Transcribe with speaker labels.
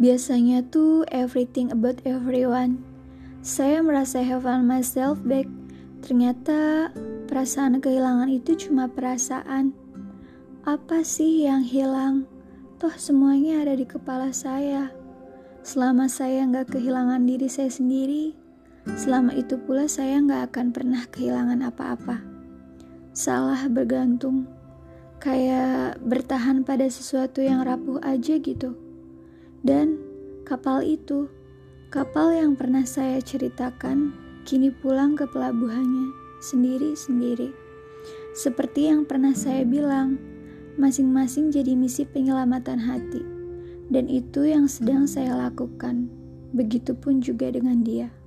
Speaker 1: Biasanya tuh everything about everyone. Saya merasa have found myself back. Ternyata perasaan kehilangan itu cuma perasaan. Apa sih yang hilang? Toh semuanya ada di kepala saya. Selama saya gak kehilangan diri saya sendiri, selama itu pula saya gak akan pernah kehilangan apa-apa. Salah bergantung, kayak bertahan pada sesuatu yang rapuh aja gitu. Dan kapal itu, kapal yang pernah saya ceritakan, kini pulang ke pelabuhannya sendiri-sendiri. Seperti yang pernah saya bilang, masing-masing jadi misi penyelamatan hati. Dan itu yang sedang saya lakukan. Begitupun juga dengan dia.